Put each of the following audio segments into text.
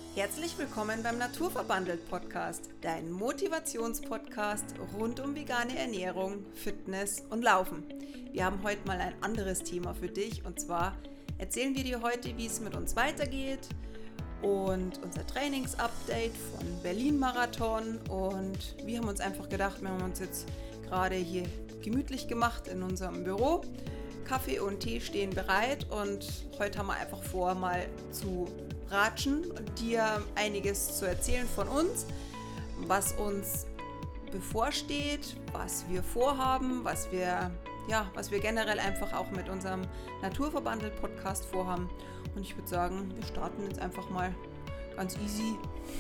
Herzlich willkommen beim Naturverbandelt Podcast, dein Motivationspodcast rund um vegane Ernährung, Fitness und Laufen. Wir haben heute mal ein anderes Thema für dich und zwar erzählen wir dir heute, wie es mit uns weitergeht und unser Trainingsupdate von Berlin-Marathon. Und wir haben uns einfach gedacht, wir haben uns jetzt gerade hier gemütlich gemacht in unserem Büro. Kaffee und Tee stehen bereit und heute haben wir einfach vor, mal zu ratschen und dir einiges zu erzählen von uns, was uns bevorsteht, was wir vorhaben, was wir generell einfach auch mit unserem Naturverbandelt-Podcast vorhaben. Und ich würde sagen, wir starten jetzt einfach mal ganz easy,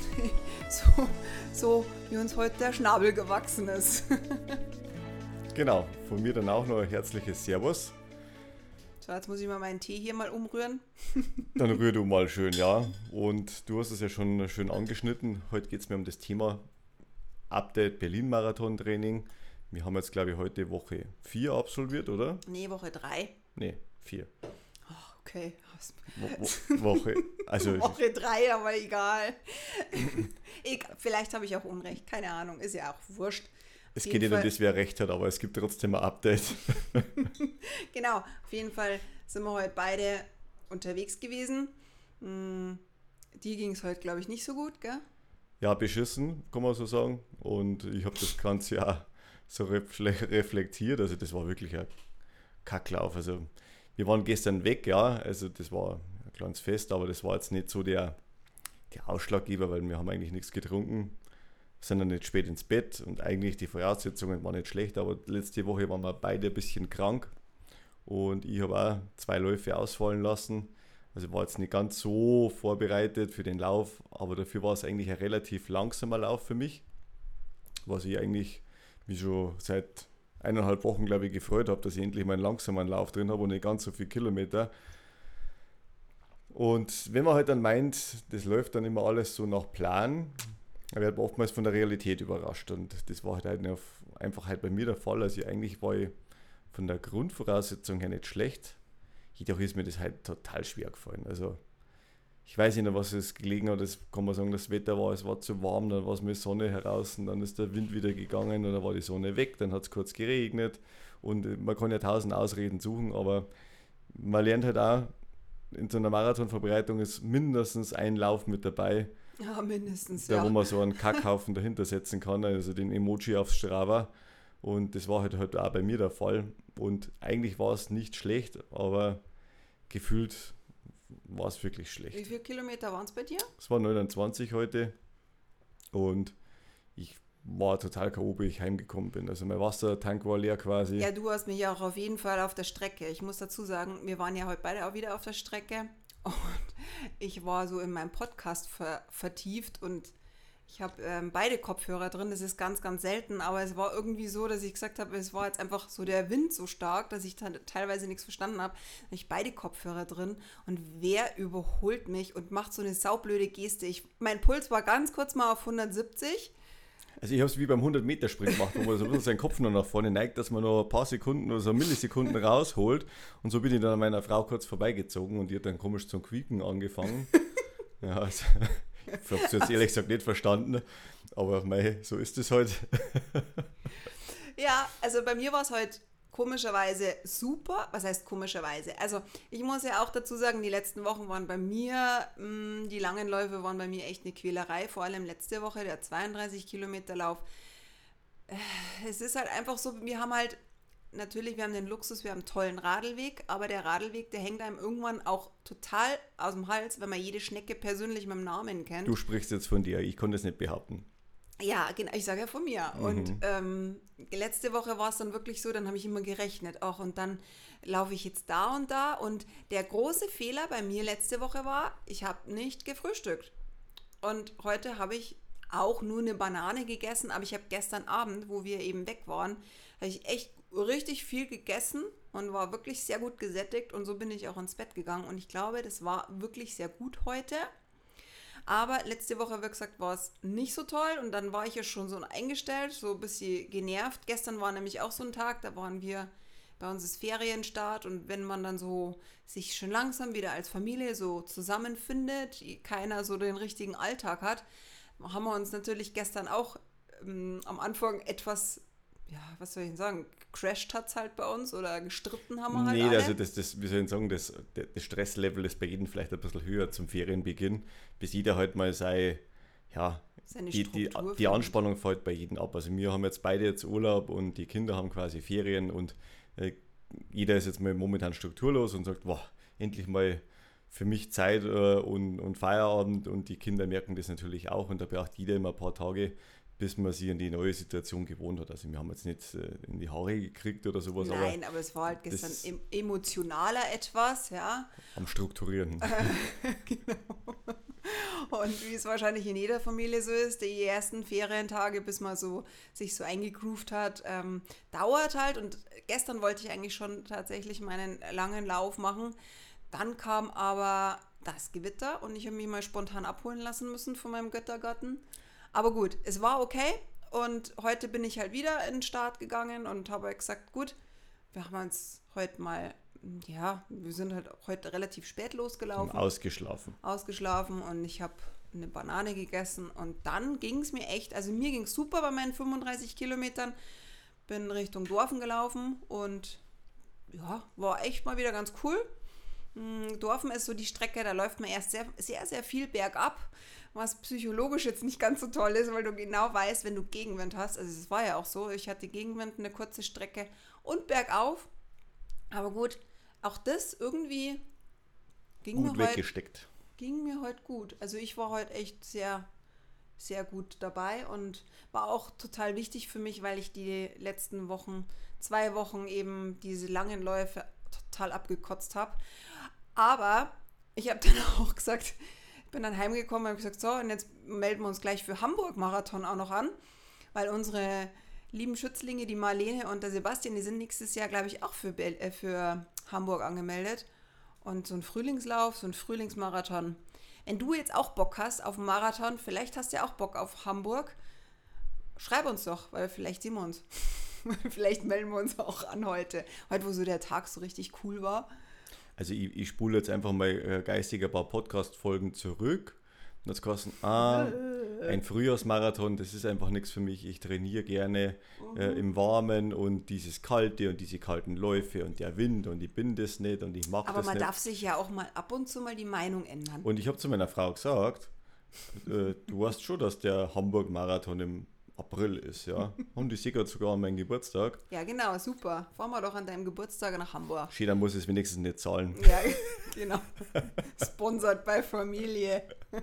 so wie uns heute der Schnabel gewachsen ist. Genau, von mir dann auch noch ein herzliches Servus. So, jetzt muss ich mal meinen Tee hier mal umrühren. Dann rühr du mal schön, ja. Und du hast es ja schon schön angeschnitten. Heute geht es mir um das Thema Update Berlin-Marathon-Training. Wir haben jetzt, glaube ich, heute Woche 4 absolviert, oder? Nee, Woche 3. Nee, 4. Oh, okay. Woche. Also Woche 3, aber egal. Vielleicht habe ich auch Unrecht. Keine Ahnung, ist ja auch wurscht. Es geht nicht um das, wer recht hat, aber es gibt trotzdem ein Update. Genau, auf jeden Fall sind wir heute beide unterwegs gewesen. Dir ging es heute, glaube ich, nicht so gut, gell? Ja, beschissen, kann man so sagen. Und ich habe das Ganze ja so reflektiert. Also das war wirklich ein Kacklauf. Also wir waren gestern weg, ja. Also das war ein kleines Fest, aber das war jetzt nicht so der Ausschlaggeber, weil wir haben eigentlich nichts getrunken. Sind dann nicht spät ins Bett und eigentlich die Voraussetzungen waren nicht schlecht, aber letzte Woche waren wir beide ein bisschen krank und ich habe auch 2 Läufe ausfallen lassen. Also war jetzt nicht ganz so vorbereitet für den Lauf, aber dafür war es eigentlich ein relativ langsamer Lauf für mich, was ich eigentlich mich schon seit 1,5 Wochen, glaube ich, gefreut habe, dass ich endlich mal einen langsamen Lauf drin habe und nicht ganz so viele Kilometer. Und wenn man halt dann meint, das läuft dann immer alles so nach Plan, ich werde oftmals von der Realität überrascht und das war halt einfach halt bei mir der Fall. Also eigentlich war ich von der Grundvoraussetzung her nicht schlecht, jedoch ist mir das halt total schwer gefallen. Also ich weiß nicht, was es gelegen hat, das kann man sagen, das Wetter war, es war zu warm, dann war es mit Sonne heraus und dann ist der Wind wieder gegangen und dann war die Sonne weg, dann hat es kurz geregnet und man kann ja 1000 Ausreden suchen, aber man lernt halt auch, in so einer Marathonvorbereitung ist mindestens ein Lauf mit dabei, Ja, mindestens, wo man so einen Kackhaufen dahinter setzen kann, also den Emoji aufs Strava. Und das war halt auch bei mir der Fall. Und eigentlich war es nicht schlecht, aber gefühlt war es wirklich schlecht. Wie viele Kilometer waren es bei dir? Es war 29 heute und ich war total K.O., bis ich heimgekommen bin. Also mein Wassertank war leer quasi. Ja, du hast mich ja auch auf jeden Fall auf der Strecke. Ich muss dazu sagen, wir waren ja heute beide auch wieder auf der Strecke. Und ich war so in meinem Podcast vertieft und ich habe beide Kopfhörer drin. Das ist ganz, ganz selten, aber es war irgendwie so, dass ich gesagt habe, es war jetzt einfach so der Wind so stark, dass ich teilweise nichts verstanden habe. Da habe ich beide Kopfhörer drin und wer überholt mich und macht so eine saublöde Geste. Mein Puls war ganz kurz mal auf 170. Also ich habe es wie beim 100-Meter-Sprint gemacht, wo man so ein bisschen seinen Kopf noch nach vorne neigt, dass man noch ein paar Sekunden oder so Millisekunden rausholt. Und so bin ich dann an meiner Frau kurz vorbeigezogen und die hat dann komisch zum Quieken angefangen. Ja, also, ich habe es jetzt ehrlich gesagt nicht verstanden, aber mei, so ist es halt. Ja, also bei mir war es heute komischerweise super. Was heißt komischerweise? Also ich muss ja auch dazu sagen, die letzten Wochen waren bei mir, die langen Läufe waren bei mir echt eine Quälerei. Vor allem letzte Woche, der 32 Kilometer Lauf. Es ist halt einfach so, wir haben den Luxus, wir haben einen tollen Radlweg, aber der Radlweg, der hängt einem irgendwann auch total aus dem Hals, wenn man jede Schnecke persönlich mit dem Namen kennt. Du sprichst jetzt von dir, ich konnte es nicht behaupten. Ja, genau, ich sage ja von mir. Und letzte Woche war es dann wirklich so, dann habe ich immer gerechnet, und dann laufe ich jetzt da und da. Und der große Fehler bei mir letzte Woche war, ich habe nicht gefrühstückt. Und heute habe ich auch nur eine Banane gegessen, aber ich habe gestern Abend, wo wir eben weg waren, habe ich echt richtig viel gegessen und war wirklich sehr gut gesättigt und so bin ich auch ins Bett gegangen. Und ich glaube, das war wirklich sehr gut heute. Aber letzte Woche, wie gesagt, war es nicht so toll und dann war ich ja schon so eingestellt, so ein bisschen genervt. Gestern war nämlich auch so ein Tag, da waren wir bei uns ist Ferienstart und wenn man dann so sich schon langsam wieder als Familie so zusammenfindet, keiner so den richtigen Alltag hat, haben wir uns natürlich gestern auch am Anfang etwas, ja, was soll ich denn sagen, gecrashed hat es halt bei uns oder gestritten haben wir halt alle. Also wie soll ich sagen, das Stresslevel ist bei jedem vielleicht ein bisschen höher zum Ferienbeginn, bis jeder halt mal seine die Anspannung fällt bei jedem ab. Also wir haben jetzt beide jetzt Urlaub und die Kinder haben quasi Ferien und jeder ist jetzt mal momentan strukturlos und sagt, wow, endlich mal für mich Zeit und Feierabend, und die Kinder merken das natürlich auch, und da braucht jeder immer ein paar Tage, bis man sich an die neue Situation gewohnt hat. Also wir haben jetzt nicht in die Haare gekriegt oder sowas. Nein, aber es war halt gestern emotionaler etwas, ja. Am Strukturieren. Genau. Und wie es wahrscheinlich in jeder Familie so ist, die ersten Ferientage, bis man sich so eingegroovt hat, dauert halt. Und gestern wollte ich eigentlich schon tatsächlich meinen langen Lauf machen. Dann kam aber das Gewitter und ich habe mich mal spontan abholen lassen müssen von meinem Göttergarten. Aber gut, es war okay, und heute bin ich halt wieder in den Start gegangen und habe gesagt, gut, wir haben uns heute mal, ja, wir sind halt heute relativ spät losgelaufen. Ausgeschlafen und ich habe eine Banane gegessen und dann ging es mir echt, also mir ging es super bei meinen 35 Kilometern, bin Richtung Dorfen gelaufen und ja, war echt mal wieder ganz cool. Dorfen ist so die Strecke, da läuft man erst sehr, sehr, sehr viel bergab, was psychologisch jetzt nicht ganz so toll ist, weil du genau weißt, wenn du Gegenwind hast, also es war ja auch so, ich hatte Gegenwind, eine kurze Strecke und bergauf, aber gut, auch das irgendwie ging mir heute gut. Also ich war heute echt sehr, sehr gut dabei und war auch total wichtig für mich, weil ich die letzten 2 Wochen eben diese langen Läufe total abgekotzt habe. Aber ich habe dann auch gesagt, ich bin dann heimgekommen und habe gesagt, so, und jetzt melden wir uns gleich für Hamburg-Marathon auch noch an, weil unsere lieben Schützlinge, die Marlene und der Sebastian, die sind nächstes Jahr, glaube ich, auch für Hamburg angemeldet. Und so ein Frühlingslauf, so ein Frühlingsmarathon. Wenn du jetzt auch Bock hast auf einen Marathon, vielleicht hast du ja auch Bock auf Hamburg, schreib uns doch, weil vielleicht sehen wir uns. Vielleicht melden wir uns auch an heute, wo so der Tag so richtig cool war. Also ich spule jetzt einfach mal geistig ein paar Podcast-Folgen zurück. Und jetzt kosten, ein Frühjahrsmarathon, das ist einfach nichts für mich. Ich trainiere gerne im Warmen und dieses Kalte und diese kalten Läufe und der Wind, und ich bin das nicht und ich mag das nicht. Aber man darf sich ja auch mal ab und zu mal die Meinung ändern. Und ich habe zu meiner Frau gesagt, du weißt schon, dass der Hamburg-Marathon im April ist, ja. Und die sickert sogar an meinen Geburtstag. Ja, genau, super. Fahren wir doch an deinem Geburtstag nach Hamburg. Schön, dann muss es wenigstens nicht zahlen. Ja, genau. Sponsored bei Familie.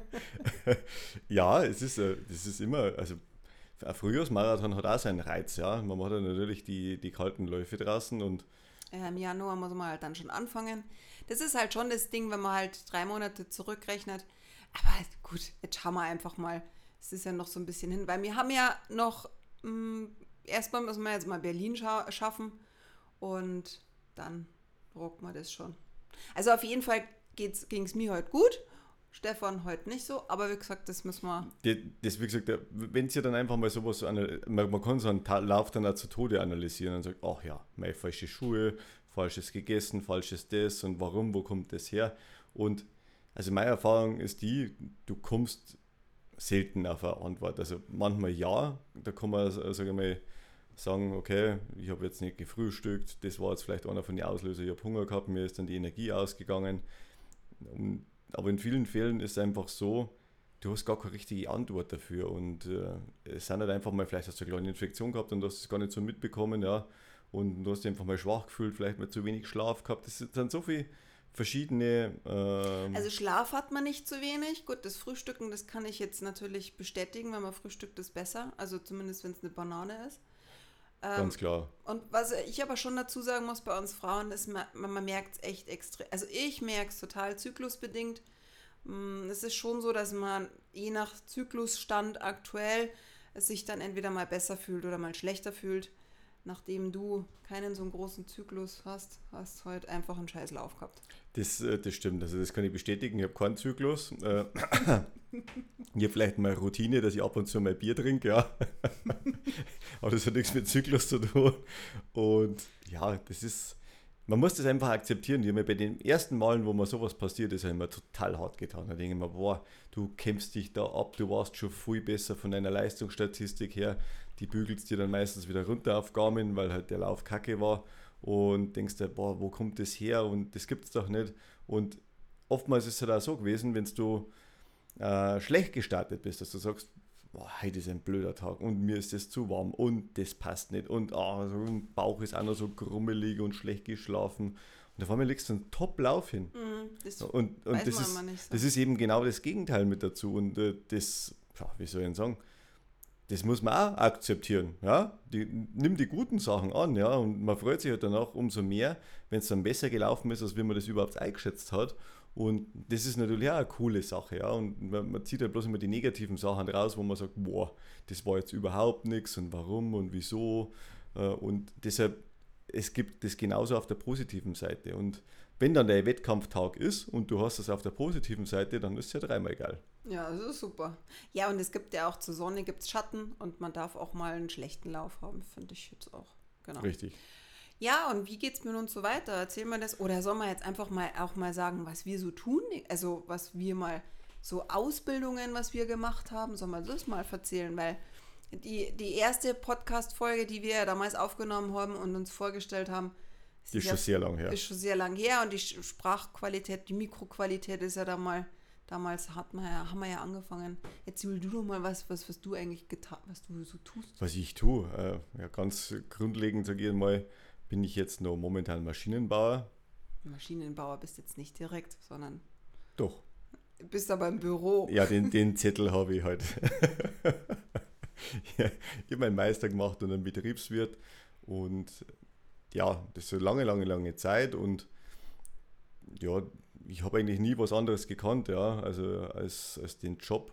Ja, das ist immer, also ein Frühjahrsmarathon hat auch seinen Reiz, ja. Man hat ja natürlich die kalten Läufe draußen und im Januar muss man halt dann schon anfangen. Das ist halt schon das Ding, wenn man halt 3 Monate zurückrechnet. Aber gut, jetzt schauen wir einfach mal. Es ist ja noch so ein bisschen hin, weil wir haben ja noch, erstmal müssen wir jetzt mal Berlin schaffen und dann rocken wir das schon. Also auf jeden Fall ging es mir heute gut, Stefan heute nicht so, aber wie gesagt, das müssen wir... Wie gesagt, wenn Sie dann einfach mal sowas, man kann so einen Lauf dann auch zu Tode analysieren und sagt, ach ja, meine falsche Schuhe, falsches gegessen, falsches das und warum, wo kommt das her? Und also meine Erfahrung ist die, du kommst selten auf eine Antwort. Also manchmal ja, da kann man, sage ich mal, sagen, okay, ich habe jetzt nicht gefrühstückt, das war jetzt vielleicht einer von den Auslösern, ich habe Hunger gehabt, mir ist dann die Energie ausgegangen. Aber in vielen Fällen ist es einfach so, du hast gar keine richtige Antwort dafür, und es sind halt einfach mal, vielleicht hast du eine kleine Infektion gehabt und du hast es gar nicht so mitbekommen, ja, und du hast dich einfach mal schwach gefühlt, vielleicht mal zu wenig Schlaf gehabt. Das sind so viele verschiedene... Also Schlaf hat man nicht zu wenig. Gut, das Frühstücken, das kann ich jetzt natürlich bestätigen. Wenn man frühstückt, ist besser. Also zumindest, wenn es eine Banane ist. Ganz klar. Und was ich aber schon dazu sagen muss bei uns Frauen, ist, man merkt es echt extrem. Also ich merke es total zyklusbedingt. Es ist schon so, dass man je nach Zyklusstand aktuell sich dann entweder mal besser fühlt oder mal schlechter fühlt. Nachdem du keinen so einen großen Zyklus hast heute einfach einen scheiß Lauf gehabt. Das stimmt, also das kann ich bestätigen, ich habe keinen Zyklus. Ich habe vielleicht mal Routine, dass ich ab und zu mal Bier trinke, ja. Aber das hat nichts mit Zyklus zu tun. Und ja, man muss das einfach akzeptieren. Ich habe mir bei den ersten Malen, wo mir sowas passiert ist, immer total hart getan. Da denke ich mir, boah, du kämpfst dich da ab, du warst schon viel besser von deiner Leistungsstatistik her. Die bügelst dir dann meistens wieder runter auf Garmin, weil halt der Lauf kacke war. Und denkst dir, boah, wo kommt das her? Und das gibt's doch nicht. Und oftmals ist es halt auch so gewesen, wenn du schlecht gestartet bist, dass du sagst, boah, heute ist ein blöder Tag und mir ist das zu warm und das passt nicht und so ein Bauch ist auch noch so grummelig und schlecht geschlafen. Und auf einmal legst du einen Top-Lauf hin. Das Und weiß das man ist, immer nicht so. das ist eben genau das Gegenteil mit dazu. Und das, ja, wie soll ich denn sagen, das muss man auch akzeptieren. Ja? Nimm die guten Sachen an, ja, und man freut sich halt danach umso mehr, wenn es dann besser gelaufen ist, als wie man das überhaupt eingeschätzt hat. Und das ist natürlich auch eine coole Sache, ja. Und man zieht halt bloß immer die negativen Sachen raus, wo man sagt, boah, das war jetzt überhaupt nichts und warum und wieso. Und deshalb, es gibt das genauso auf der positiven Seite. Und wenn dann der Wettkampftag ist und du hast das auf der positiven Seite, dann ist es ja dreimal geil. Ja, das ist super. Ja, und es gibt ja auch zur Sonne gibt's Schatten und man darf auch mal einen schlechten Lauf haben, finde ich jetzt auch. Genau. Richtig. Ja, und wie geht's mit uns so weiter? Erzähl mal das. Oder soll man jetzt einfach mal auch mal sagen, was wir so tun? Also was wir mal, so Ausbildungen, was wir gemacht haben, soll man das mal erzählen? Weil die erste Podcast-Folge, die wir ja damals aufgenommen haben und uns vorgestellt haben, Die ist schon sehr lang her. ist schon sehr lang her. Und die Sprachqualität, die Mikroqualität ist ja damals haben wir ja angefangen. Erzähl du doch mal was du eigentlich getan, was du so tust. Was ich tue, ja, ganz grundlegend sage ich mal, bin ich jetzt noch momentan Maschinenbauer. Maschinenbauer bist jetzt nicht direkt, sondern Doch. bist aber im Büro. Ja, den Zettel habe ich halt. Ja, ich habe meinen Meister gemacht und einen Betriebswirt und ja, das ist so lange Zeit und ja, ich habe eigentlich nie was anderes gekannt, ja, also als den Job.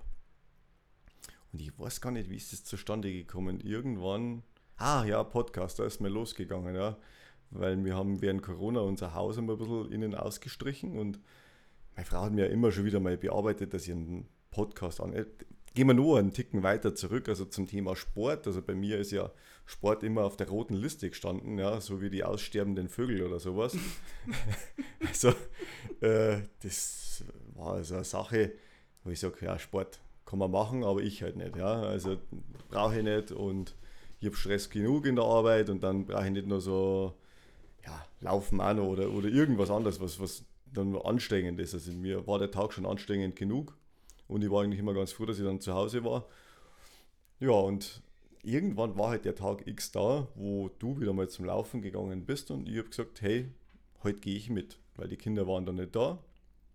Und ich weiß gar nicht, wie ist das zustande gekommen. Irgendwann, Podcast, da ist mir losgegangen, ja, weil wir haben während Corona unser Haus immer ein bisschen innen ausgestrichen und meine Frau hat mir immer schon wieder mal bearbeitet, dass ich einen Podcast Gehen wir nur einen Ticken weiter zurück, also zum Thema Sport. Also bei mir ist ja Sport immer auf der roten Liste gestanden, ja, so wie die aussterbenden Vögel oder sowas. Also das war also eine Sache, wo ich sage, ja, Sport kann man machen, aber ich halt nicht. Ja. Also brauche ich nicht und ich habe Stress genug in der Arbeit und dann brauche ich nicht nur so Laufen auch noch oder irgendwas anderes, was dann anstrengend ist. Also mir war der Tag schon anstrengend genug. Und ich war eigentlich immer ganz froh, dass ich dann zu Hause war. Ja, und irgendwann war halt der Tag X da, wo du wieder mal zum Laufen gegangen bist und ich habe gesagt, hey, heute gehe ich mit, weil die Kinder waren dann nicht da.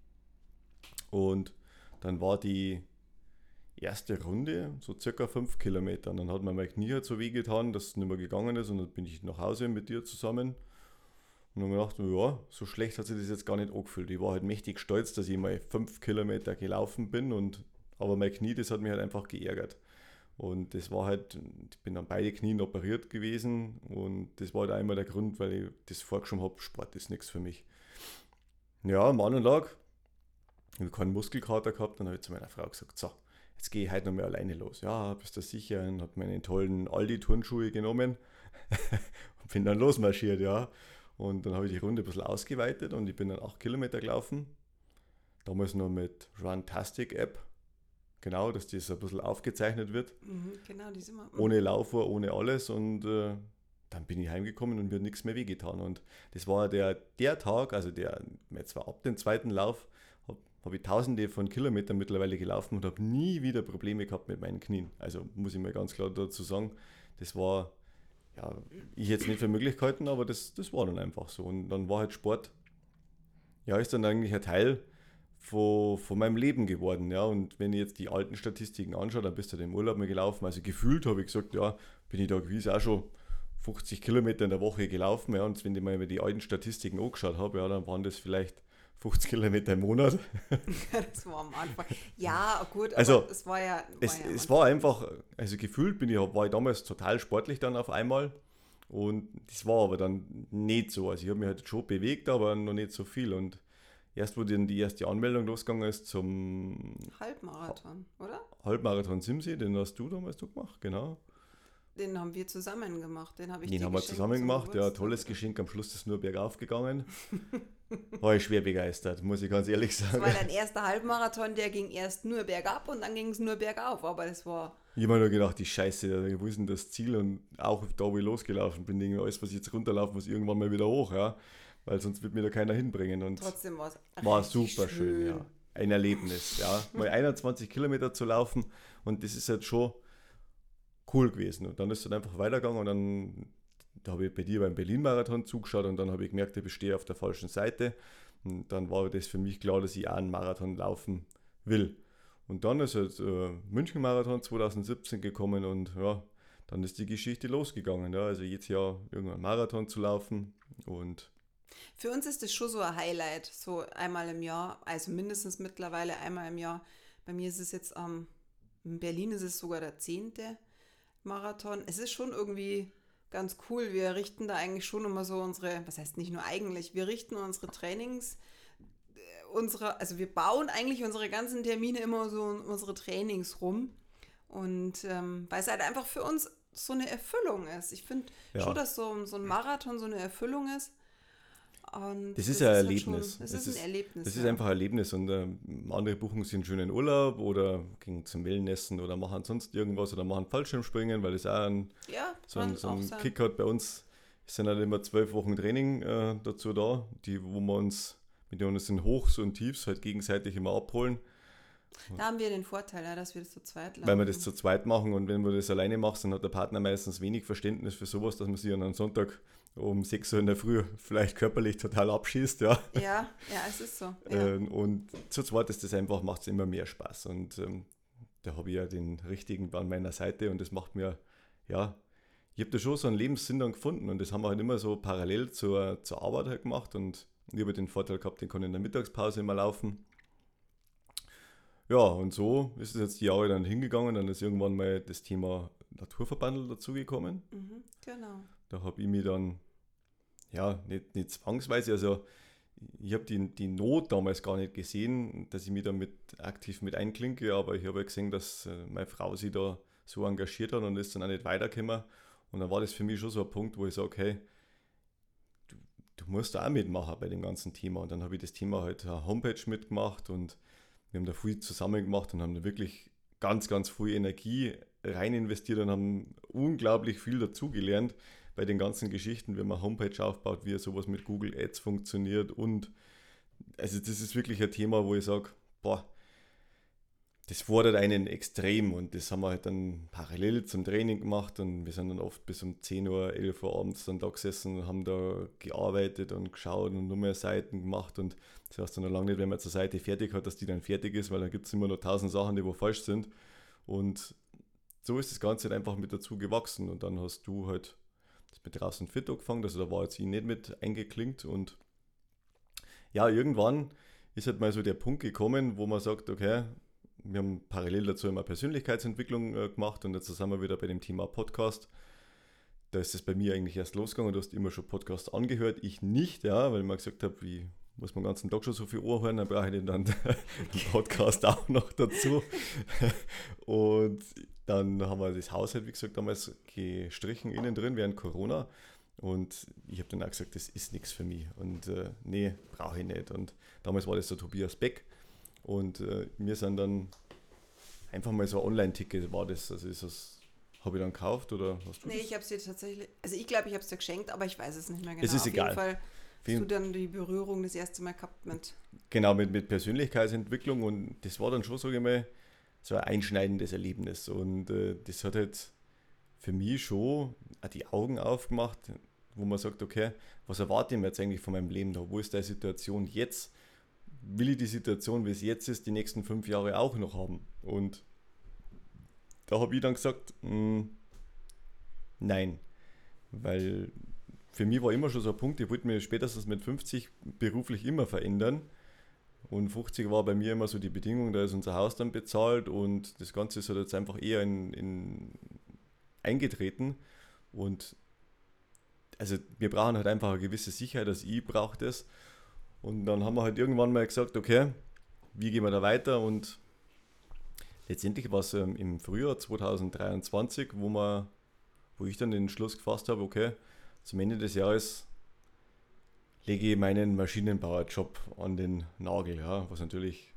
Und dann war die erste Runde so circa 5 Kilometer. Und dann hat mir mein Knie halt so wehgetan, dass es nicht mehr gegangen ist und dann bin ich nach Hause mit dir zusammen. Und dann habe ich gedacht, ja, so schlecht hat sich das jetzt gar nicht angefühlt. Ich war halt mächtig stolz, dass ich mal 5 Kilometer gelaufen bin, aber mein Knie, das hat mich halt einfach geärgert. Und das war halt, ich bin an beide Knien operiert gewesen und das war halt einmal der Grund, weil ich das vorgeschoben habe, Sport ist nichts für mich. Ja, am anderen Tag, ich habe keinen Muskelkater gehabt, dann habe ich zu meiner Frau gesagt, so, jetzt gehe ich heute noch mal alleine los. Ja, bist du sicher? Und habe meine tollen Aldi-Turnschuhe genommen und bin dann losmarschiert, ja. Und dann habe ich die Runde ein bisschen ausgeweitet und ich bin dann 8 Kilometer gelaufen. Damals noch mit Runtastic-App. Genau, dass das ein bisschen aufgezeichnet wird. Genau, die sind wir. Ohne Laufuhr, ohne alles. Und dann bin ich heimgekommen und mir hat nichts mehr wehgetan. Und das war der Tag, also jetzt war ab dem zweiten Lauf, habe ich tausende von Kilometern mittlerweile gelaufen und habe nie wieder Probleme gehabt mit meinen Knien. Also muss ich mir ganz klar dazu sagen, das war... Ja, ich jetzt nicht für Möglichkeiten, aber das war dann einfach so. Und dann war halt Sport, ja, ist dann eigentlich ein Teil von meinem Leben geworden. Ja. Und wenn ich jetzt die alten Statistiken anschaue, dann bist du im Urlaub mal gelaufen. Also gefühlt habe ich gesagt, ja, bin ich da gewiss auch schon 50 Kilometer in der Woche gelaufen. Ja. Und wenn ich mir die alten Statistiken angeschaut habe, ja, dann waren das vielleicht 50 Kilometer im Monat. Das war am Anfang. Ja, gut, aber also, es war ja... Es war einfach, also gefühlt war ich damals total sportlich dann auf einmal und das war aber dann nicht so. Also ich habe mich halt schon bewegt, aber noch nicht so viel und erst wo dann die erste Anmeldung losgegangen ist zum Halbmarathon, oder? Halbmarathon Simsi, den hast du damals gemacht, genau. Den haben wir zusammen gemacht. Den habe ich Den dir haben wir geschenkt zusammen zum gemacht, ja, Geburtstag. tolles Geschenk, am Schluss ist es nur bergauf gegangen. War ich schwer begeistert, muss ich ganz ehrlich Das sagen. war dein erster Halbmarathon, der ging erst nur bergab und dann ging es nur bergauf. Aber das war, Ich habe mir nur gedacht, die Scheiße, wo ist denn das Ziel? Und auch da, wo ich losgelaufen bin, denke ich, alles, was ich jetzt runterlaufen muss, irgendwann mal wieder hoch, ja. Weil sonst wird mir da keiner hinbringen. Und trotzdem war es war richtig super schön, ja. Ein Erlebnis, ja. Mal 21 Kilometer zu laufen und das ist halt schon cool gewesen. Und dann ist es dann einfach weitergegangen und dann da habe ich bei dir beim Berlin-Marathon zugeschaut und dann habe ich gemerkt, ich stehe auf der falschen Seite. Und dann war das für mich klar, dass ich auch einen Marathon laufen will. Und dann ist halt München-Marathon 2017 gekommen und ja, dann ist die Geschichte losgegangen. Ja. Also jedes Jahr irgendeinen Marathon zu laufen und Für uns ist das schon so ein Highlight, so einmal im Jahr, also mindestens mittlerweile einmal im Jahr. Bei mir ist es jetzt in Berlin ist es sogar der 10. Marathon. Es ist schon irgendwie ganz cool. Wir richten da eigentlich schon immer so unsere, was heißt nicht nur eigentlich, wir richten unsere Trainings, also wir bauen eigentlich unsere ganzen Termine immer so um unsere Trainings rum. Und weil es halt einfach für uns so eine Erfüllung ist. Ich finde ja. schon, dass so ein Marathon so eine Erfüllung ist. Und das ist ein halt Erlebnis. Schon, das ist ein Erlebnis. Das ist einfach ein Erlebnis und andere buchen sich einen schönen Urlaub oder gehen zum Wellnessen oder machen sonst irgendwas oder machen Fallschirmspringen, weil das auch so ein Kick hat. Bei uns sind halt immer 12 Wochen Training dazu da, wo wir uns mit denen uns in Hochs und Tiefs halt gegenseitig immer abholen. Da haben wir den Vorteil, ja, dass wir das zu zweit laufen. Weil wir das zu zweit machen und wenn du das alleine machst, dann hat der Partner meistens wenig Verständnis für sowas, dass man sich an einem Sonntag um 6 Uhr in der Früh vielleicht körperlich total abschießt. Ja, es ist so. Ja. Und zu zweit ist das einfach, macht es immer mehr Spaß und da habe ich ja den Richtigen an meiner Seite und das macht mir, ja, ich habe da schon so einen Lebenssinn dann gefunden und das haben wir halt immer so parallel zur Arbeit halt gemacht und ich habe den Vorteil gehabt, den kann ich in der Mittagspause immer laufen. Ja, und so ist es jetzt die Jahre dann hingegangen, dann ist irgendwann mal das Thema Naturverbandel dazugekommen. Mhm, genau. Da habe ich mich dann, ja, nicht zwangsweise, also ich habe die Not damals gar nicht gesehen, dass ich mich da aktiv mit einklinke, aber ich habe ja gesehen, dass meine Frau sich da so engagiert hat und ist dann auch nicht weitergekommen. Und dann war das für mich schon so ein Punkt, wo ich sage, hey, du musst da auch mitmachen bei dem ganzen Thema. Und dann habe ich das Thema halt eine Homepage mitgemacht und wir haben da viel zusammen gemacht und haben da wirklich ganz, ganz viel Energie rein investiert und haben unglaublich viel dazugelernt bei den ganzen Geschichten, wie man Homepage aufbaut, wie sowas mit Google Ads funktioniert und also das ist wirklich ein Thema, wo ich sage, boah, das fordert einen extrem und das haben wir halt dann parallel zum Training gemacht und wir sind dann oft bis um 10 Uhr, 11 Uhr abends dann da gesessen und haben da gearbeitet und geschaut und nur mehr Seiten gemacht und das heißt dann noch lange nicht, wenn man zur Seite fertig hat, dass die dann fertig ist, weil dann gibt es immer noch 1000 Sachen, die wo falsch sind und so ist das Ganze halt einfach mit dazu gewachsen und dann hast du halt das mit draußen fit angefangen, also da war jetzt ich nicht mit eingeklinkt und ja, irgendwann ist halt mal so der Punkt gekommen, wo man sagt, okay, wir haben parallel dazu immer Persönlichkeitsentwicklung gemacht und jetzt sind wir wieder bei dem Thema Podcast. Da ist es bei mir eigentlich erst losgegangen. Du hast immer schon Podcast angehört, ich nicht, ja, weil ich mir gesagt habe, wie muss man den ganzen Tag schon so viel Ohr hören, dann brauche ich dann den Podcast auch noch dazu. Und dann haben wir das Haus halt, wie gesagt, damals gestrichen innen drin während Corona. Und ich habe dann auch gesagt, das ist nichts für mich. Und nee, brauche ich nicht. Und damals war das der Tobias Beck. Und wir sind dann einfach mal so ein Online-Ticket, war das, also ist das, habe ich dann gekauft oder hast du Nee, ich habe es dir tatsächlich, also ich glaube, ich habe es dir geschenkt, aber ich weiß es nicht mehr genau. Es ist Auf egal. jeden Fall hast du dann die Berührung das erste Mal gehabt mit. Genau, mit Persönlichkeitsentwicklung und das war dann schon, sage ich mal, so ein einschneidendes Erlebnis und das hat halt für mich schon auch die Augen aufgemacht, wo man sagt, okay, was erwarte ich mir jetzt eigentlich von meinem Leben da, wo ist die Situation jetzt? Will ich die Situation, wie es jetzt ist, die nächsten 5 Jahre auch noch haben? Und da habe ich dann gesagt, nein, weil für mich war immer schon so ein Punkt, ich wollte mich spätestens mit 50 beruflich immer verändern und 50 war bei mir immer so die Bedingung, da ist unser Haus dann bezahlt und das Ganze ist halt jetzt einfach eher eingetreten und also wir brauchen halt einfach eine gewisse Sicherheit, also ich brauche das. Und dann haben wir halt irgendwann mal gesagt, okay, wie gehen wir da weiter? Und letztendlich war es im Frühjahr 2023, wo ich dann den Schluss gefasst habe, okay, zum Ende des Jahres lege ich meinen Maschinenbauerjob an den Nagel, ja, was natürlich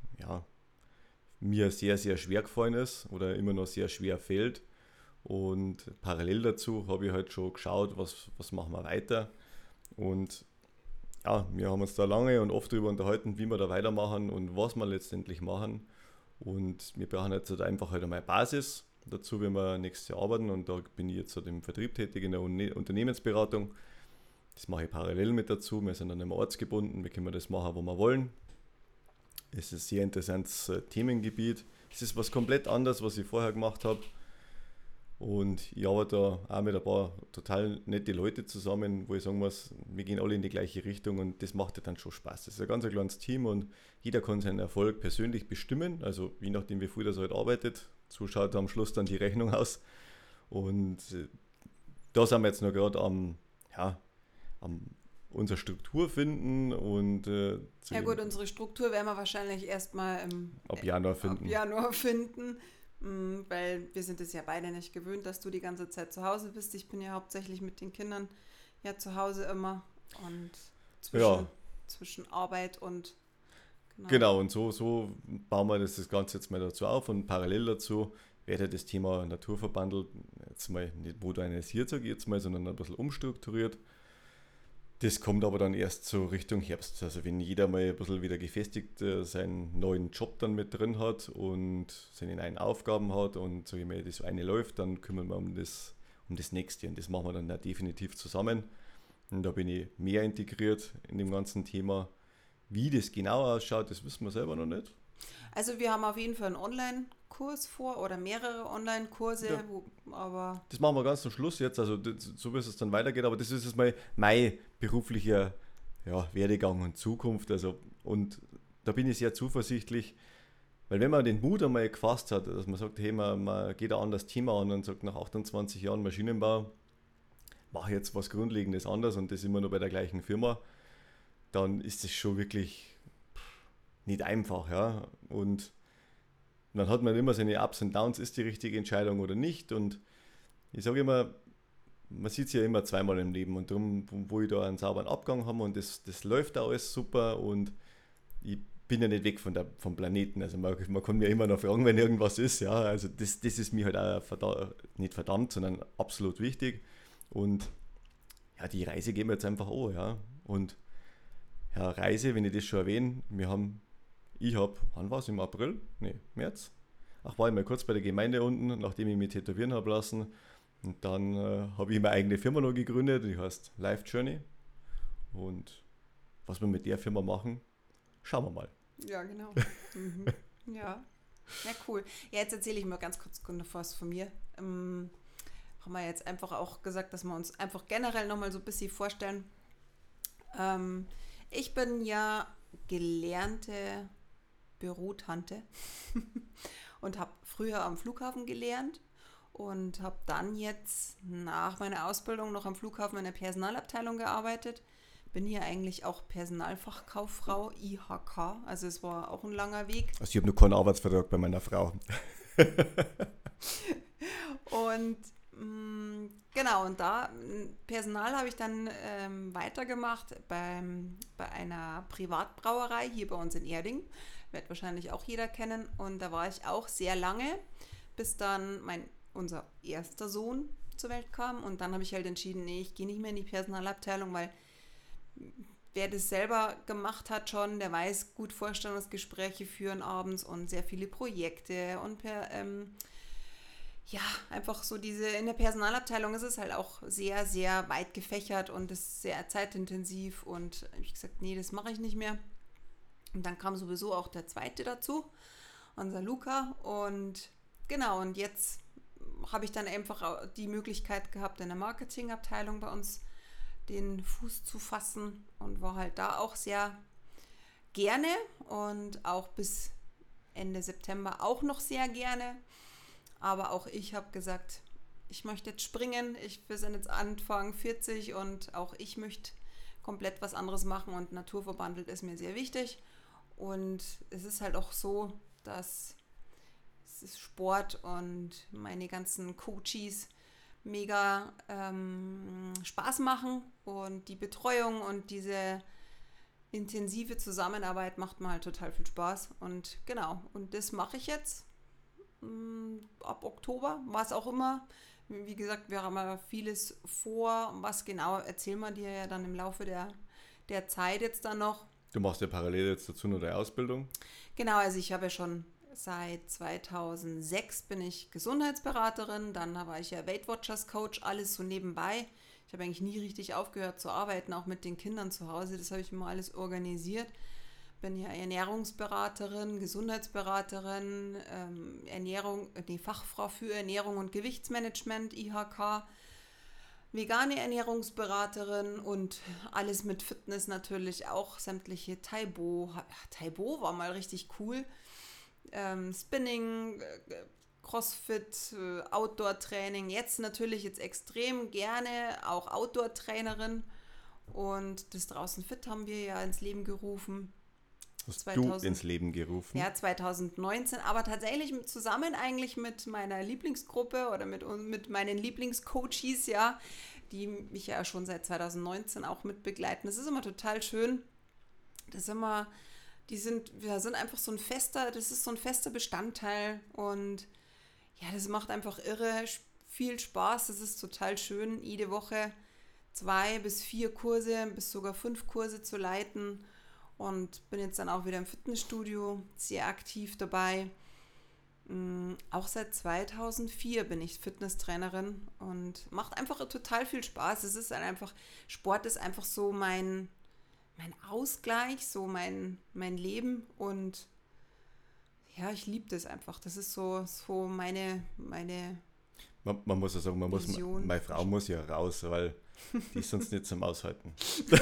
mir sehr, sehr schwer gefallen ist oder immer noch sehr schwer fällt. Und parallel dazu habe ich halt schon geschaut, was machen wir weiter. Und ja, wir haben uns da lange und oft darüber unterhalten, wie wir da weitermachen und was wir letztendlich machen. Und wir brauchen jetzt halt einfach halt einmal Basis dazu, wenn wir nächstes Jahr arbeiten. Und da bin ich jetzt halt im Vertrieb tätig, in der Unternehmensberatung. Das mache ich parallel mit dazu. Wir sind dann immer ortsgebunden. Wir können das machen, wo wir wollen. Es ist ein sehr interessantes Themengebiet. Es ist was komplett anderes, was ich vorher gemacht habe. Und ich arbeite da auch mit ein paar total nette Leute zusammen, wo ich sagen muss, wir gehen alle in die gleiche Richtung und das macht ja dann schon Spaß. Das ist ein ganz kleines Team und jeder kann seinen Erfolg persönlich bestimmen. Also je nachdem, wie viel das halt arbeitet, so schaut am Schluss dann die Rechnung aus. Und da sind wir jetzt noch gerade am unsere Struktur finden und ja gut, unsere Struktur werden wir wahrscheinlich erstmal ab Januar finden. Weil wir sind es ja beide nicht gewöhnt, dass du die ganze Zeit zu Hause bist. Ich bin ja hauptsächlich mit den Kindern ja zu Hause immer und zwischen Arbeit und genau, und so bauen wir das Ganze jetzt mal dazu auf und parallel dazu werde das Thema Naturverbandel jetzt mal nicht modernisiert, sage ich jetzt mal, sondern ein bisschen umstrukturiert. Das kommt aber dann erst so Richtung Herbst. Also wenn jeder mal ein bisschen wieder gefestigt seinen neuen Job dann mit drin hat und seine neuen Aufgaben hat und so immer das eine läuft, dann kümmern wir um das nächste. Und das machen wir dann auch definitiv zusammen. Und da bin ich mehr integriert in dem ganzen Thema. Wie das genau ausschaut, das wissen wir selber noch nicht. Also wir haben auf jeden Fall einen Online-Kurs vor oder mehrere Online-Kurse, ja. Aber das machen wir ganz zum Schluss jetzt, also so wie es dann weitergeht, aber das ist jetzt mal mein beruflicher Werdegang und Zukunft. Also, und da bin ich sehr zuversichtlich, weil wenn man den Mut einmal gefasst hat, dass man sagt, hey, man geht ein anderes Thema an und sagt, nach 28 Jahren Maschinenbau, mache ich jetzt was Grundlegendes anders und das immer nur bei der gleichen Firma, dann ist das schon wirklich nicht einfach, ja. Und dann hat man immer seine Ups und Downs, ist die richtige Entscheidung oder nicht. Und ich sage immer, man sieht es ja immer zweimal im Leben und darum, wo ich da einen sauberen Abgang habe und das läuft auch alles super und ich bin ja nicht weg vom Planeten. Also man kann mir immer noch fragen, wenn irgendwas ist, ja. Also das ist mir halt auch nicht verdammt, sondern absolut wichtig. Und ja, die Reise gehen wir jetzt einfach an, ja. Und ja, Reise, wenn ich das schon erwähne, wann war es, im April? Nee, März. War ich mal kurz bei der Gemeinde unten, nachdem ich mich tätowieren habe lassen. Und dann habe ich meine eigene Firma noch gegründet, die heißt Life Journey. Und was wir mit der Firma machen, schauen wir mal. Ja, genau. Ja, cool. Ja, jetzt erzähle ich mal ganz kurz noch was von mir. Haben wir jetzt einfach auch gesagt, dass wir uns einfach generell nochmal so ein bisschen vorstellen. Ich bin ja gelernte Bürotante und habe früher am Flughafen gelernt und habe dann jetzt nach meiner Ausbildung noch am Flughafen in der Personalabteilung gearbeitet. Bin hier eigentlich auch Personalfachkauffrau, IHK, also es war auch ein langer Weg. Also ich habe nur keinen Arbeitsvertrag bei meiner Frau. Und genau, und da Personal habe ich dann weitergemacht bei einer Privatbrauerei hier bei uns in Erding. Wird wahrscheinlich auch jeder kennen. Und da war ich auch sehr lange, bis dann unser erster Sohn zur Welt kam. Und dann habe ich halt entschieden, nee, ich gehe nicht mehr in die Personalabteilung, weil wer das selber gemacht hat schon, der weiß, gut Vorstellungsgespräche führen abends und sehr viele Projekte und einfach so in der Personalabteilung ist es halt auch sehr, sehr weit gefächert und ist sehr zeitintensiv und habe ich gesagt, nee, das mache ich nicht mehr. Und dann kam sowieso auch der zweite dazu, unser Luca, und genau, und jetzt habe ich dann einfach die Möglichkeit gehabt, in der Marketingabteilung bei uns den Fuß zu fassen und war halt da auch sehr gerne und auch bis Ende September auch noch sehr gerne. Aber auch ich habe gesagt, ich möchte jetzt springen, wir sind jetzt Anfang 40 und auch ich möchte komplett was anderes machen und naturverbandelt ist mir sehr wichtig. Und es ist halt auch so, dass es ist Sport und meine ganzen Coaches mega Spaß machen und die Betreuung und diese intensive Zusammenarbeit macht mir halt total viel Spaß und genau, und das mache ich jetzt ab Oktober, was auch immer. Wie gesagt, wir haben ja vieles vor, was genau erzählen wir dir ja dann im Laufe der Zeit jetzt dann noch. Du machst ja parallel jetzt dazu noch deine Ausbildung. Genau, also ich habe ja schon seit 2006 bin ich Gesundheitsberaterin, dann war ich ja Weight Watchers Coach, alles so nebenbei. Ich habe eigentlich nie richtig aufgehört zu arbeiten, auch mit den Kindern zu Hause, das habe ich immer alles organisiert. Bin ja Ernährungsberaterin, Gesundheitsberaterin, Fachfrau für Ernährung und Gewichtsmanagement, IHK, vegane Ernährungsberaterin und alles mit Fitness natürlich auch, sämtliche Taibo. Taibo war mal richtig cool. Spinning, Crossfit, Outdoor-Training, jetzt natürlich extrem gerne auch Outdoor-Trainerin und das Draußen Fit haben wir ja ins Leben gerufen. Hast du ins Leben gerufen? Ja, 2019, aber tatsächlich zusammen eigentlich mit meiner Lieblingsgruppe oder mit meinen Lieblingscoaches, ja, die mich ja schon seit 2019 auch mit begleiten. Das ist immer total schön. Wir sind einfach das ist so ein fester Bestandteil und ja, das macht einfach irre viel Spaß. Das ist total schön, jede Woche 2 bis 4 Kurse, bis sogar 5 Kurse zu leiten. Und bin jetzt dann auch wieder im Fitnessstudio sehr aktiv dabei. Auch seit 2004 bin ich Fitnesstrainerin und macht einfach total viel Spaß. Es ist einfach, Sport ist einfach so mein Ausgleich, so mein Leben und ja, ich liebe das einfach. Das ist so meine Man muss ja sagen, Vision. meine Frau muss ja raus, weil die ist sonst nicht zum Aushalten.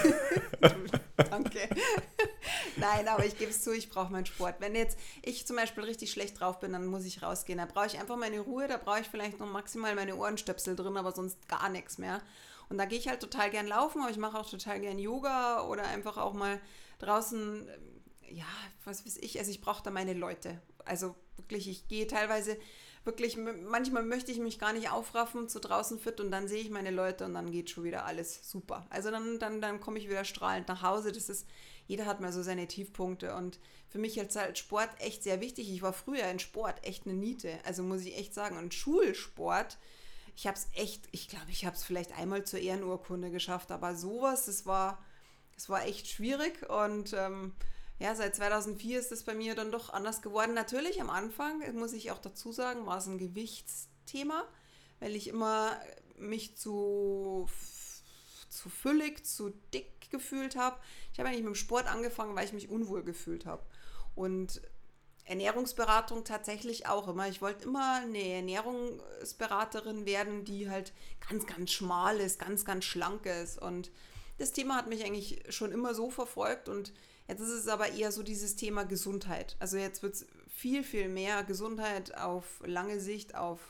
Danke. Nein, aber ich gebe es zu, ich brauche meinen Sport. Wenn jetzt ich zum Beispiel richtig schlecht drauf bin, dann muss ich rausgehen. Da brauche ich einfach meine Ruhe, da brauche ich vielleicht noch maximal meine Ohrenstöpsel drin, aber sonst gar nichts mehr. Und da gehe ich halt total gern laufen, aber ich mache auch total gern Yoga oder einfach auch mal draußen, ja, was weiß ich, also ich brauche da meine Leute. Also wirklich, ich gehe teilweise wirklich, manchmal möchte ich mich gar nicht aufraffen zu draußen fit und dann sehe ich meine Leute und dann geht schon wieder alles super. Also dann komme ich wieder strahlend nach Hause. Jeder hat mal so seine Tiefpunkte und für mich jetzt halt Sport echt sehr wichtig. Ich war früher in Sport echt eine Niete, also muss ich echt sagen. Und Schulsport, ich glaube, ich habe es vielleicht einmal zur Ehrenurkunde geschafft, aber sowas, das war echt schwierig und ja, seit 2004 ist es bei mir dann doch anders geworden. Natürlich am Anfang, muss ich auch dazu sagen, war es ein Gewichtsthema, weil ich immer mich zu füllig, zu dick gefühlt habe. Ich habe eigentlich mit dem Sport angefangen, weil ich mich unwohl gefühlt habe. Und Ernährungsberatung tatsächlich auch immer. Ich wollte immer eine Ernährungsberaterin werden, die halt ganz, ganz schmal ist, ganz, ganz schlank ist. Und das Thema hat mich eigentlich schon immer so verfolgt und jetzt ist es aber eher so dieses Thema Gesundheit. Also jetzt wird es viel, viel mehr Gesundheit auf lange Sicht, auf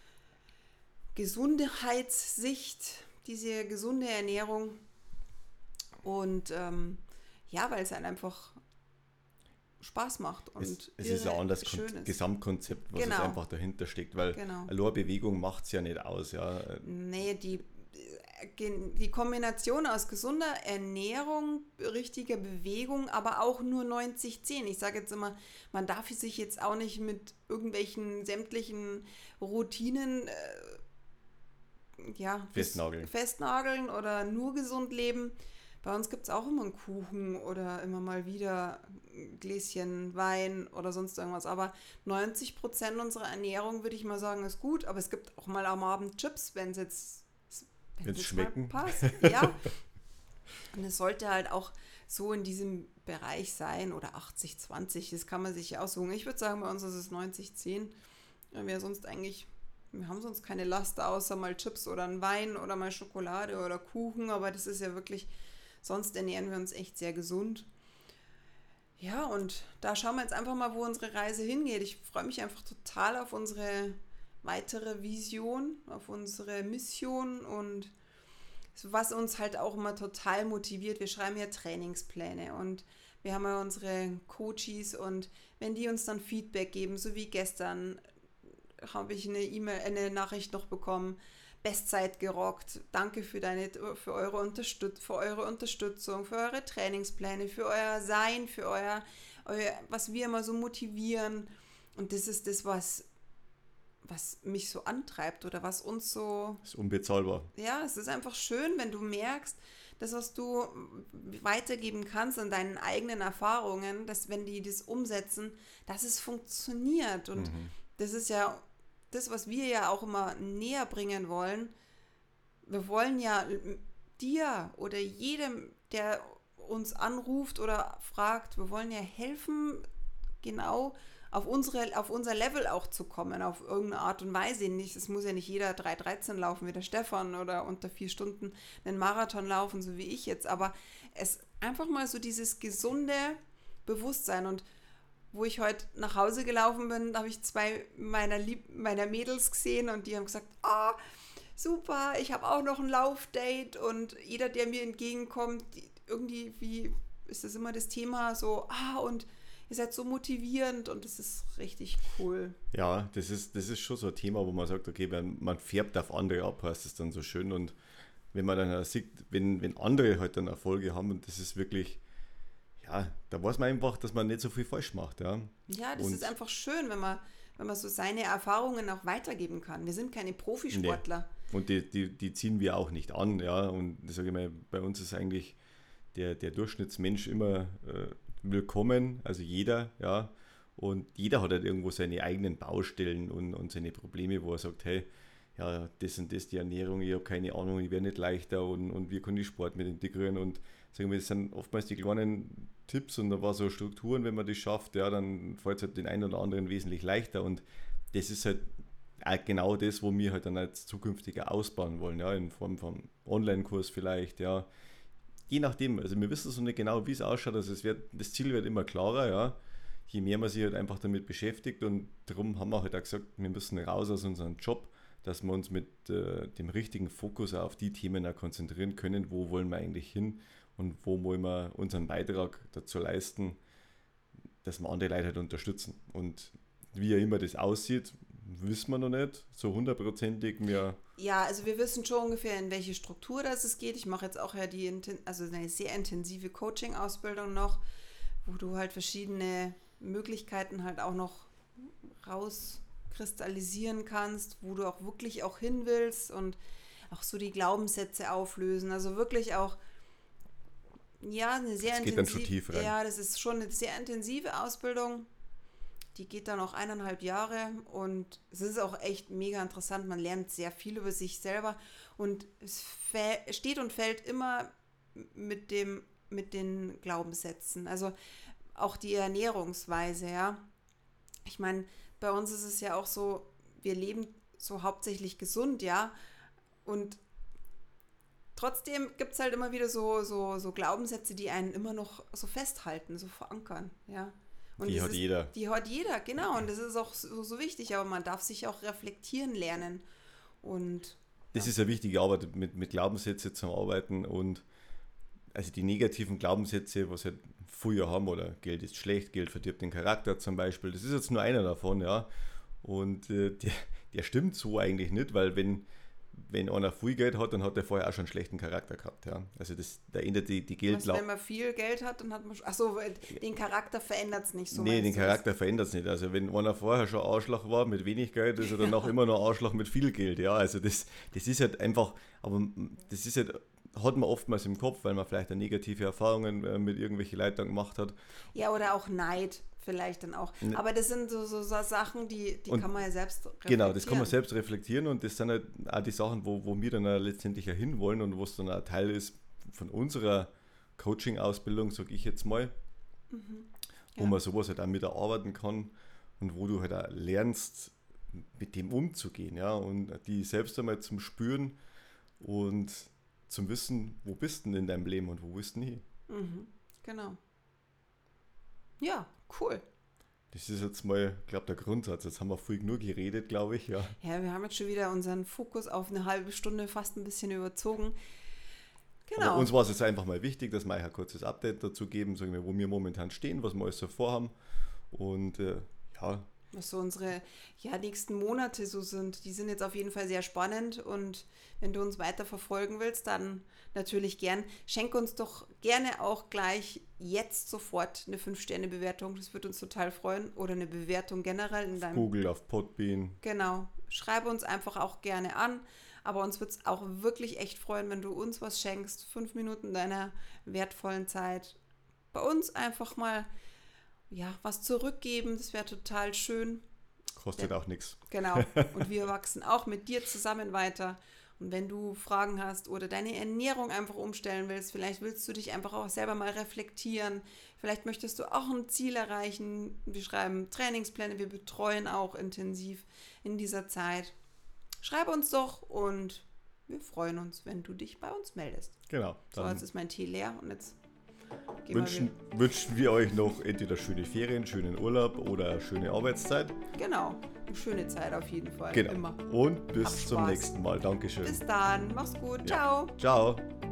Gesundheitssicht, diese gesunde Ernährung. Und ja, weil es halt einfach Spaß macht. Und es ist ein anderes Gesamtkonzept, was jetzt einfach dahinter steckt, weil eine Bewegung macht es ja nicht aus. Ja. Nee, die Kombination aus gesunder Ernährung, richtiger Bewegung, aber auch nur 90-10. Ich sage jetzt immer, man darf sich jetzt auch nicht mit irgendwelchen sämtlichen Routinen festnageln oder nur gesund leben. Bei uns gibt es auch immer einen Kuchen oder immer mal wieder ein Gläschen Wein oder sonst irgendwas. Aber 90% unserer Ernährung, würde ich mal sagen, ist gut. Aber es gibt auch mal am Abend Chips, wenn es schmecken passt. Ja. Und es sollte halt auch so in diesem Bereich sein oder 80-20, das kann man sich ja aussuchen. Ich würde sagen, bei uns ist es 90-10. Wir haben sonst keine Last, außer mal Chips oder ein Wein oder mal Schokolade oder Kuchen, aber das ist ja wirklich, sonst ernähren wir uns echt sehr gesund. Ja, und da schauen wir jetzt einfach mal, wo unsere Reise hingeht. Ich freue mich einfach total auf unsere weitere Vision, auf unsere Mission und was uns halt auch immer total motiviert, wir schreiben ja Trainingspläne und wir haben ja unsere Coaches und wenn die uns dann Feedback geben, so wie gestern habe ich eine Nachricht noch bekommen, Bestzeit gerockt, danke für eure Unterstützung, für eure Trainingspläne, für euer Sein, für euer was wir immer so motivieren und das ist das, was mich so antreibt oder was uns so... Das ist unbezahlbar. Ja, es ist einfach schön, wenn du merkst, das, was du weitergeben kannst an deinen eigenen Erfahrungen, dass wenn die das umsetzen, dass es funktioniert. Und das ist ja das, was wir ja auch immer näher bringen wollen. Wir wollen ja dir oder jedem, der uns anruft oder fragt, wir wollen ja helfen, genau auf unser Level auch zu kommen, auf irgendeine Art und Weise. Es muss ja nicht jeder 3,13 laufen wie der Stefan oder unter 4 Stunden einen Marathon laufen, so wie ich jetzt, aber es einfach mal so dieses gesunde Bewusstsein. Und wo ich heute nach Hause gelaufen bin, habe ich 2 meiner Mädels gesehen und die haben gesagt, super, ich habe auch noch ein Laufdate und jeder, der mir entgegenkommt, irgendwie wie ist das immer das Thema so, und ihr seid so motivierend und das ist richtig cool. Ja, das ist schon so ein Thema, wo man sagt, okay, man färbt auf andere ab, heißt es dann so schön. Und wenn man dann sieht, wenn andere halt dann Erfolge haben, und das ist wirklich, ja, da weiß man einfach, dass man nicht so viel falsch macht. Ja, das ist einfach schön, wenn man so seine Erfahrungen auch weitergeben kann. Wir sind keine Profisportler. Nee. Und die ziehen wir auch nicht an. Ja, und das sage ich mal, bei uns ist eigentlich der Durchschnittsmensch immer willkommen, also jeder, ja, und jeder hat halt irgendwo seine eigenen Baustellen und seine Probleme, wo er sagt, hey, ja, das und das, die Ernährung, ich habe keine Ahnung, ich werde nicht leichter und wie kann ich Sport mit integrieren und sagen wir, das sind oftmals die kleinen Tipps und da war so Strukturen, wenn man das schafft, ja, dann fällt es halt den einen oder anderen wesentlich leichter und das ist halt auch genau das, wo wir halt dann als zukünftiger ausbauen wollen, ja, in Form von Online-Kurs vielleicht, ja, je nachdem, also wir wissen so nicht genau, wie es ausschaut, also das Ziel wird immer klarer, ja, je mehr man sich halt einfach damit beschäftigt und darum haben wir halt auch gesagt, wir müssen raus aus unserem Job, dass wir uns mit dem richtigen Fokus auf die Themen auch konzentrieren können, wo wollen wir eigentlich hin und wo wollen wir unseren Beitrag dazu leisten, dass wir andere Leute halt unterstützen und wie ja immer das aussieht, wissen wir noch nicht, so hundertprozentig mehr. Ja, also wir wissen schon ungefähr, in welche Struktur es geht. Ich mache jetzt auch ja eine sehr intensive Coaching-Ausbildung noch, wo du halt verschiedene Möglichkeiten halt auch noch rauskristallisieren kannst, wo du auch wirklich auch hin willst und auch so die Glaubenssätze auflösen. Also wirklich auch, ja, eine sehr intensive. Das geht dann schon tief rein. Ja, das ist schon eine sehr intensive Ausbildung. Die geht dann auch 1,5 Jahre und es ist auch echt mega interessant. Man lernt sehr viel über sich selber und es steht und fällt immer mit den Glaubenssätzen. Also auch die Ernährungsweise, ja. Ich meine, bei uns ist es ja auch so, wir leben so hauptsächlich gesund, ja. Und trotzdem gibt es halt immer wieder so Glaubenssätze, die einen immer noch so festhalten, so verankern, ja. Und die hat jeder. Die hat jeder, genau. Und das ist auch so wichtig, aber man darf sich auch reflektieren lernen. Und das ist eine wichtige Arbeit, mit Glaubenssätzen zu arbeiten und also die negativen Glaubenssätze, was halt früher haben, oder Geld ist schlecht, Geld verdirbt den Charakter zum Beispiel, das ist jetzt nur einer davon, ja. Und der stimmt so eigentlich nicht, weil wenn einer viel Geld hat, dann hat er vorher auch schon einen schlechten Charakter gehabt, ja. Also da ändert die Geld... Wenn man viel Geld hat, dann hat man... Achso, den Charakter verändert es nicht so. Nee, den Charakter verändert es nicht. Also wenn einer vorher schon Arschloch war mit wenig Geld, ist er dann auch immer noch Arschloch mit viel Geld, ja. Also das ist halt einfach... Aber das ist halt... Hat man oftmals im Kopf, weil man vielleicht eine negative Erfahrungen mit irgendwelchen Leuten gemacht hat. Ja, oder auch Neid vielleicht dann auch. Aber das sind so Sachen, die kann man ja selbst reflektieren. Genau, das kann man selbst reflektieren und das sind halt auch die Sachen, wo wir dann letztendlich hinwollen und was dann auch Teil ist von unserer Coaching-Ausbildung, sage ich jetzt mal, wo man sowas halt auch mit erarbeiten kann und wo du halt auch lernst, mit dem umzugehen, ja, und die selbst einmal zum Spüren und zum Wissen, wo bist du denn in deinem Leben und wo bist du nie. Genau. Ja, cool. Das ist jetzt mal, ich glaube, der Grundsatz. Jetzt haben wir viel genug geredet, glaube ich, ja. Ja, wir haben jetzt schon wieder unseren Fokus auf eine halbe Stunde fast ein bisschen überzogen. Genau. Aber uns war es jetzt einfach mal wichtig, dass wir euch ein kurzes Update dazu geben, sagen wir, wo wir momentan stehen, was wir alles so vorhaben. Und ja. Was so unsere nächsten Monate so sind, die sind jetzt auf jeden Fall sehr spannend und wenn du uns weiter verfolgen willst, dann natürlich gern. Schenk uns doch gerne auch gleich jetzt sofort eine 5-Sterne-Bewertung, das würde uns total freuen, oder eine Bewertung generell in deinem Google, auf Podbean. Genau, schreibe uns einfach auch gerne an, aber uns würde es auch wirklich echt freuen, wenn du uns was schenkst, 5 Minuten deiner wertvollen Zeit, bei uns einfach mal was zurückgeben, das wäre total schön. Kostet auch nichts. Genau, und wir wachsen auch mit dir zusammen weiter. Und wenn du Fragen hast oder deine Ernährung einfach umstellen willst, vielleicht willst du dich einfach auch selber mal reflektieren, vielleicht möchtest du auch ein Ziel erreichen. Wir schreiben Trainingspläne, wir betreuen auch intensiv in dieser Zeit. Schreib uns doch und wir freuen uns, wenn du dich bei uns meldest. Genau. So, jetzt ist mein Tee leer und jetzt wünschen wir euch noch entweder schöne Ferien, schönen Urlaub oder eine schöne Arbeitszeit. Genau, eine schöne Zeit auf jeden Fall. Genau. Immer. Und bis zum nächsten Mal. Dankeschön. Bis dann, mach's gut. Ja. Ciao. Ciao.